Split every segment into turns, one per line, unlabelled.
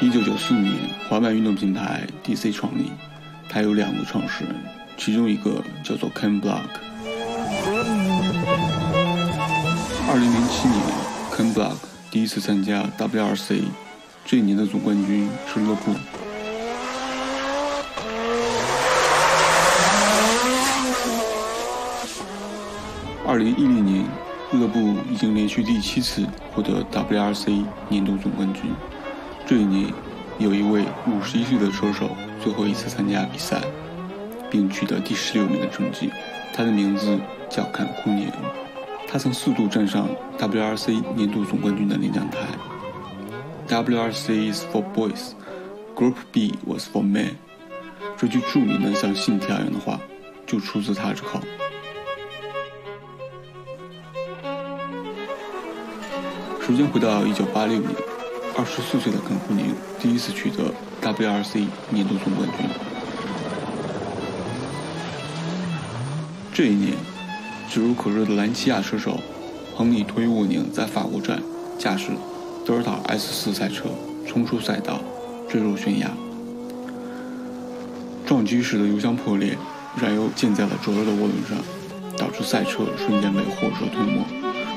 1994年，滑板运动品牌 DC 创立，它有2个创始人，其中一个叫做 Ken Block。2007年 ，Ken Block 第一次参加 WRC， 这一年的总冠军是勒布。2010年，勒布已经连续第7次获得 WRC 年度总冠军。这一年，有一位51岁的车手最后一次参加比赛，并取得第16名的成绩。他的名字叫坎库年，他曾4度站上 WRC 年度总冠军的领奖台。WRC is for boys, Group B was for men。这句著名的像信条一样的话，就出自他之口。时间回到1986年，24岁的坎库宁第一次取得 WRC 年度总冠军。这一年，指日可热的兰奇亚车手亨利·托伊沃宁在法国站驾驶德尔塔 S4 赛车冲出赛道，坠入悬崖。撞击时的油箱破裂，燃油溅在了灼热的涡轮上，导致赛车瞬间被火舌吞没。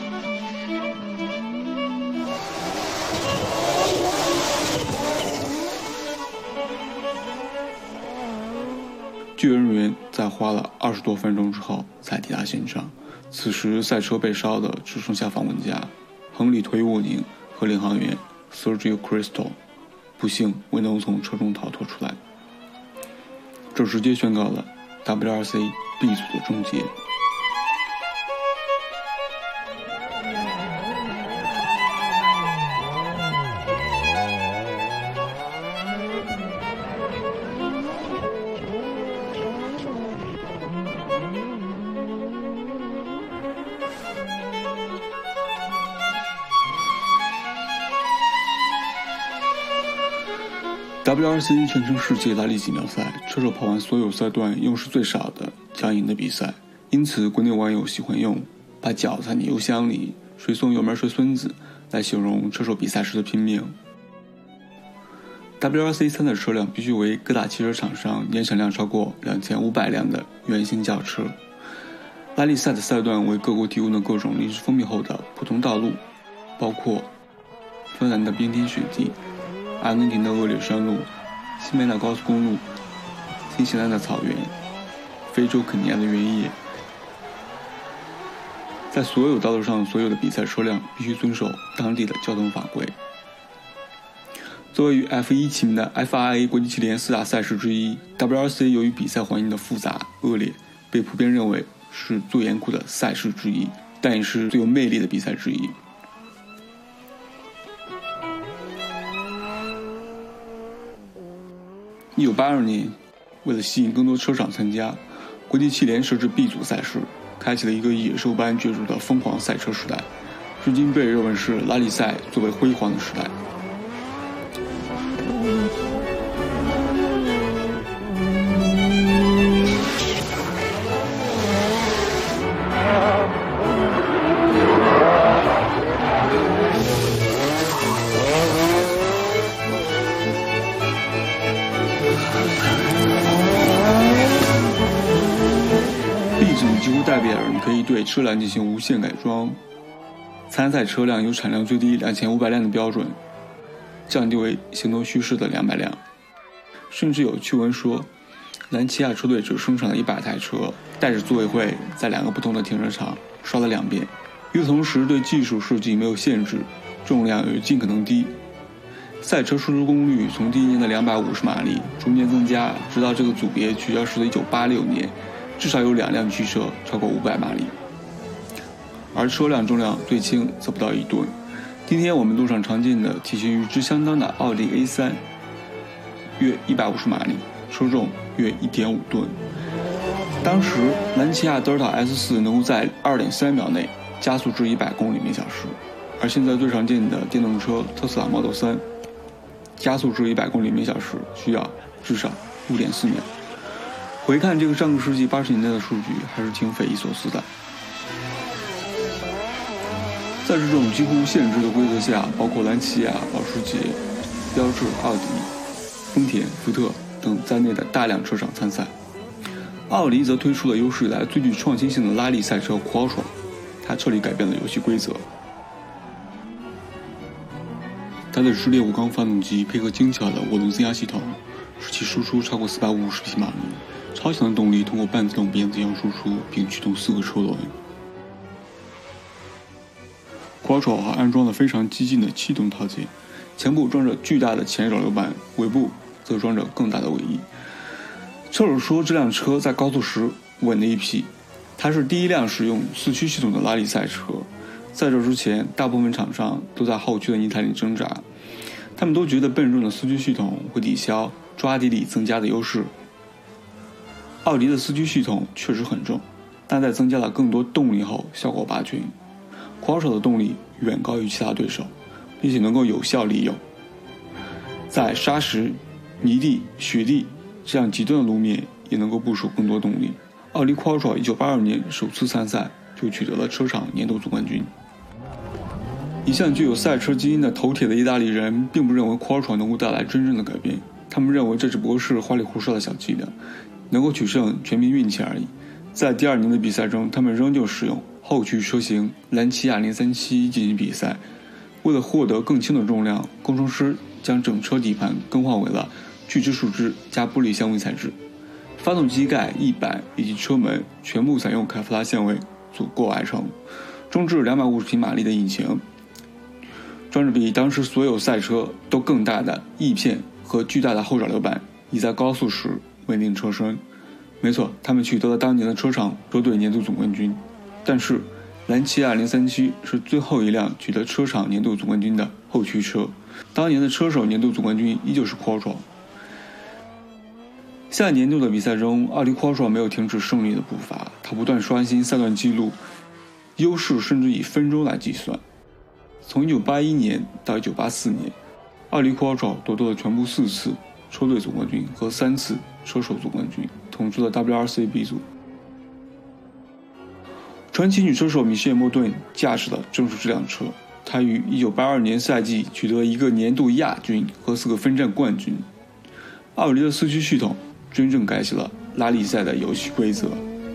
救援人员在花了20多分钟之后才抵达现场。此时赛车被烧的只剩下访问家亨利·托伊沃宁和领航员 Sergio Cristo 不幸未能从车中逃脱出来。这直接宣告了 WRC B 组的终结。WRC 全称世界拉力锦标赛，车手跑完所有赛段用时最少的将赢的比赛，因此国内网友喜欢用把脚踩进油箱里，谁送油门谁孙子来形容车手比赛时的拼命。WRC 参赛车辆必须为各大汽车厂商年产量超过2500辆的原型轿车。拉力赛的赛段为各国提供的各种临时封闭后的普通道路，包括芬兰的冰天雪地、阿根廷的恶劣山路、西梅纳高速公路、新西兰的草原、非洲肯尼亚的原野。在所有道路上，所有的比赛车辆必须遵守当地的交通法规。作为与 F1 齐名的 FIA 国际汽联4大赛事之一， WRC 由于比赛环境的复杂恶劣，被普遍认为是最严酷的赛事之一，但也是最有魅力的比赛之一。1982年，为了吸引更多车厂参加，国际汽联设置 B 组赛事，开启了一个野兽般角逐的疯狂赛车时代，至今被认为是拉力赛最为辉煌的时代。几乎代表人可以对车辆进行无限改装，参赛车辆由产量最低2500辆的标准降低为形同虚设的200辆，甚至有趣闻说，兰奇亚车队只生产了100台车，带着组委会在2个不同的停车场刷了2遍。与此同时，对技术设计没有限制，重量也尽可能低。赛车输出功率从第一年的250马力逐年增加，直到这个组别取消时的1986年。至少有2辆汽车超过500马力，而车辆重量最轻则不到1吨。今天我们路上常见的体型与之相当的奥迪 A3 约150马力，车重约1.5吨。当时兰奇亚德尔塔 S4 能够在 2.3 秒内加速至100公里每小时，而现在最常见的电动车特斯拉 Model 3加速至100公里每小时需要至少 5.4 秒。回看这个上个世纪80年代的数据，还是挺匪夷所思的。在这种几乎限制的规则下，包括兰奇亚、保时捷、 标致、奥迪、丰田、福特等在内的大量车厂参赛。奥迪则推出了有史以来最具创新性的拉力赛车 Quattro， 它彻底改变了游戏规则。它的直列五缸发动机配合精巧的涡轮增压系统，使其输出超过450匹马力，超强的动力通过半自动变速箱输出，并驱动4个车轮。Quattro 还安装了非常激进的气动套件，前部装着巨大的前扰流板，尾部则装着更大的尾翼。车手说这辆车在高速时稳了一批，它是第一辆使用四驱系统的拉力赛车。在这之前，大部分厂商都在后驱的泥潭里挣扎，他们都觉得笨重的四驱系统会抵消抓地力增加的优势。奥迪的四驱系统确实很重，但在增加了更多动力后效果拔群。Quattro 的动力远高于其他对手，并且能够有效利用。在沙石、泥地、雪地这样极端的路面也能够部署更多动力。奥迪 Quattro 1982年首次参赛就取得了车厂年度总冠军。一向具有赛车基因的头铁的意大利人并不认为 Quattro 能够带来真正的改变，他们认为这只不过是花里胡哨的小伎俩，能够取胜全凭运气而已。在第二年的比赛中，他们仍旧使用后驱车型兰奇亚037进行比赛。为了获得更轻的重量，工程师将整车底盘更换为了聚酯树脂加玻璃纤维材质，发动机盖、翼板以及车门全部采用凯夫拉纤维组构而成，装置250匹马力的引擎，装着比当时所有赛车都更大的翼片和巨大的后扰流板，以在高速时稳定车身。没错，他们取得了当年的车厂车队年度总冠军。但是兰奇亚037是最后一辆取得车厂年度总冠军的后驱车，当年的车手年度总冠军依旧是 Quattro。 下年度的比赛中，奥迪 Quattro 没有停止胜利的步伐，他不断刷新赛段纪录，优势甚至以分钟来计算。从1981年到1984年，奥迪 Quattro 夺得了全部4次车队总冠军和3次车手总冠军，统治了 WRC B 组。传奇女车手米歇尔·莫顿驾驶的正是这辆车，她于1982年赛季取得一个年度亚军和4个分站冠军。奥迪的四驱系统真正改写了拉力赛的游戏规则。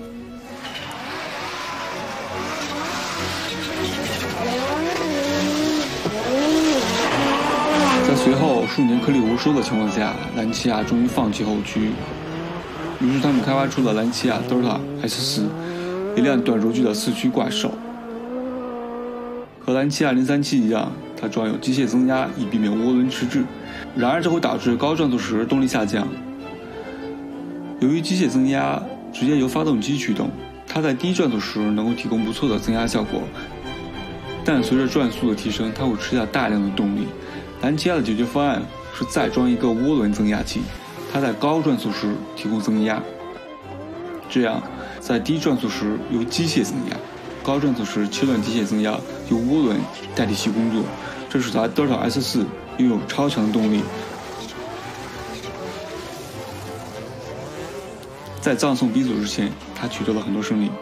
在随后数年颗粒无收的情况下，兰奇亚终于放弃后驱，于是他们开发出了兰奇亚 Delta S4， 一辆短轴距的四驱怪兽。和兰奇亚037一样，它装有机械增压以避免涡轮迟滞，然而这会导致高转速时动力下降。由于机械增压直接由发动机驱动，它在低转速时能够提供不错的增压效果，但随着转速的提升，它会吃下大量的动力。兰奇亚的解决方案是再装一个涡轮增压器，它在高转速时提供增压，这样在低转速时由机械增压，高转速时切断机械增压，由涡轮代替其工作，这使它 Delta S4 拥有超强的动力。在葬送 B 组之前，他取得了很多胜利。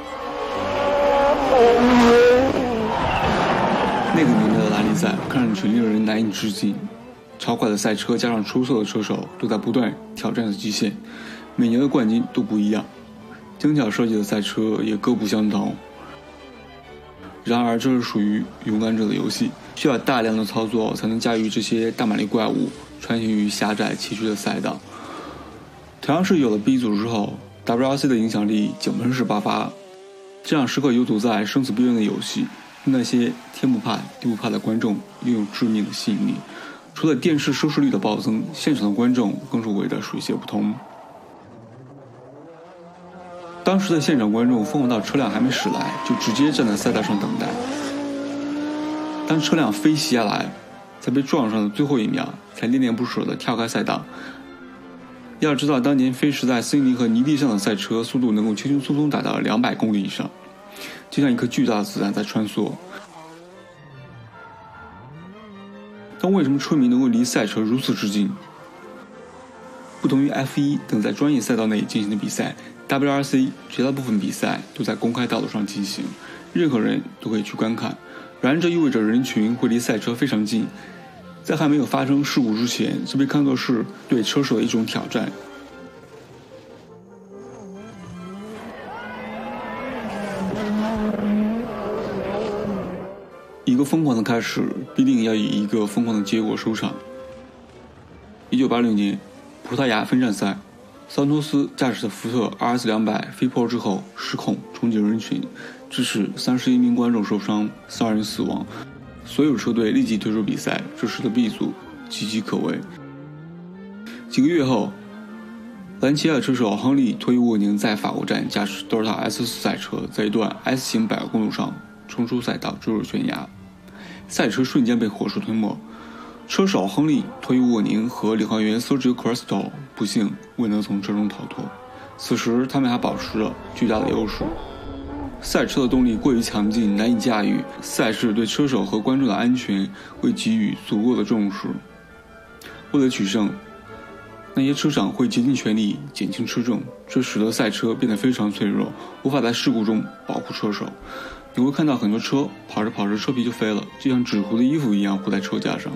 那个年代的拉力赛看上去令人难以置信，超快的赛车加上出色的车手都在不断挑战着极限，每年的冠军都不一样，精巧设计的赛车也各不相同。然而这是属于勇敢者的游戏，需要大量的操作才能驾驭这些大马力怪物穿行于狭窄崎岖的赛道。同样是有了 B 组之后， WRC 的影响力井喷式爆发，这样时刻游走在生死边缘的游戏，那些天不怕地不怕的观众拥有致命的吸引力。除了电视收视率的暴增，现场的观众更是围得水泄不通。当时的现场观众疯狂到车辆还没驶来，就直接站在赛道上等待。当车辆飞袭下来，在被撞上的最后一秒，才恋恋不舍地跳开赛道。要知道，当年飞驰在森林和泥地上的赛车，速度能够轻轻松松达到200公里以上，就像一颗巨大的子弹在穿梭。但为什么车迷能够离赛车如此之近？不同于 F1 等在专业赛道内进行的比赛， WRC 绝大部分比赛都在公开道路上进行，任何人都可以去观看。然而这意味着人群会离赛车非常近， 在还没有发生事故之前，这被看作是对车手的一种挑战。一个疯狂的开始必定要以一个疯狂的结果收场。1986年葡萄牙分站赛，桑托斯驾驶的福特 RS200 飞坡之后失控冲进人群，致使31名观众受伤，3人死亡，所有车队立即退出比赛，这使得 B 组岌岌可危。几个月后，兰切尔车手亨利·托伊沃宁在法国站驾驶德尔塔 S4 赛车，在一段 S 型柏油公路上冲出赛道，坠入悬崖，赛车瞬间被火势吞没。车手亨利·托伊沃宁和领航员 Sergio Cristo 不幸未能从车中逃脱，此时他们还保持着巨大的优势。赛车的动力过于强劲，难以驾驭，赛事对车手和观众的安全未给予足够的重视。为了取胜，那些车长会竭尽全力减轻车重，这使得赛车变得非常脆弱，无法在事故中保护车手。你会看到很多车跑着跑着车皮就飞了，就像纸糊的衣服一样糊在车架上。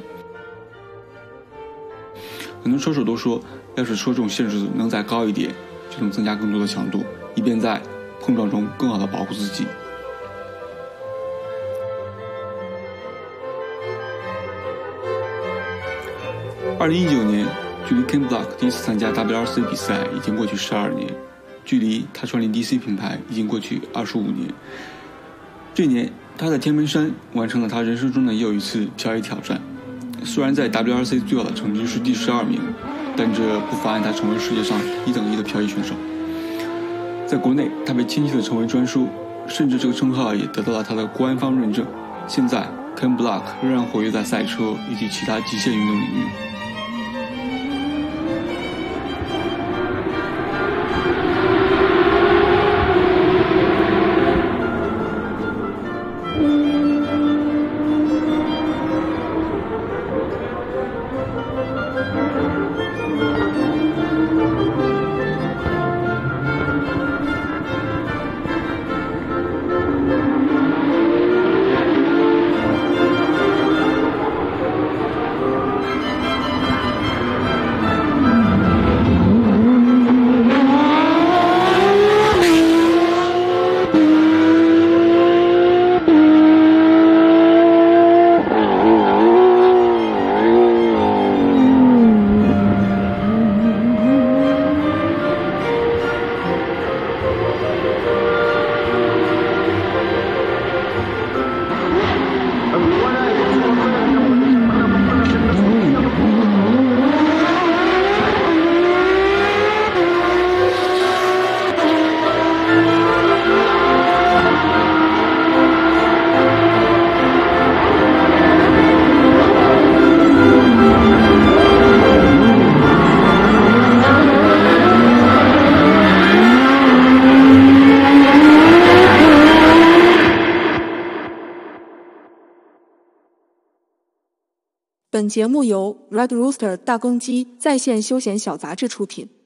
很多车手都说，要是车重限制能再高一点，就能增加更多的强度，以便在碰撞中更好地保护自己。2019年，距离 Ken Block 第一次参加 WRC 比赛已经过去12年，距离他创立 DC 品牌已经过去25年。这年，他在天门山完成了他人生中的又一次漂移挑战。虽然在 WRC 最好的成绩是第12名，但这不妨碍他成为世界上1等1的漂移选手。在国内，他被亲切地称为专叔，甚至这个称号也得到了他的官方认证。现在 Ken Block 仍然活跃在赛车以及其他极限运动领域。
本节目由 Red Rooster 大公鸡在线休闲小杂志出品。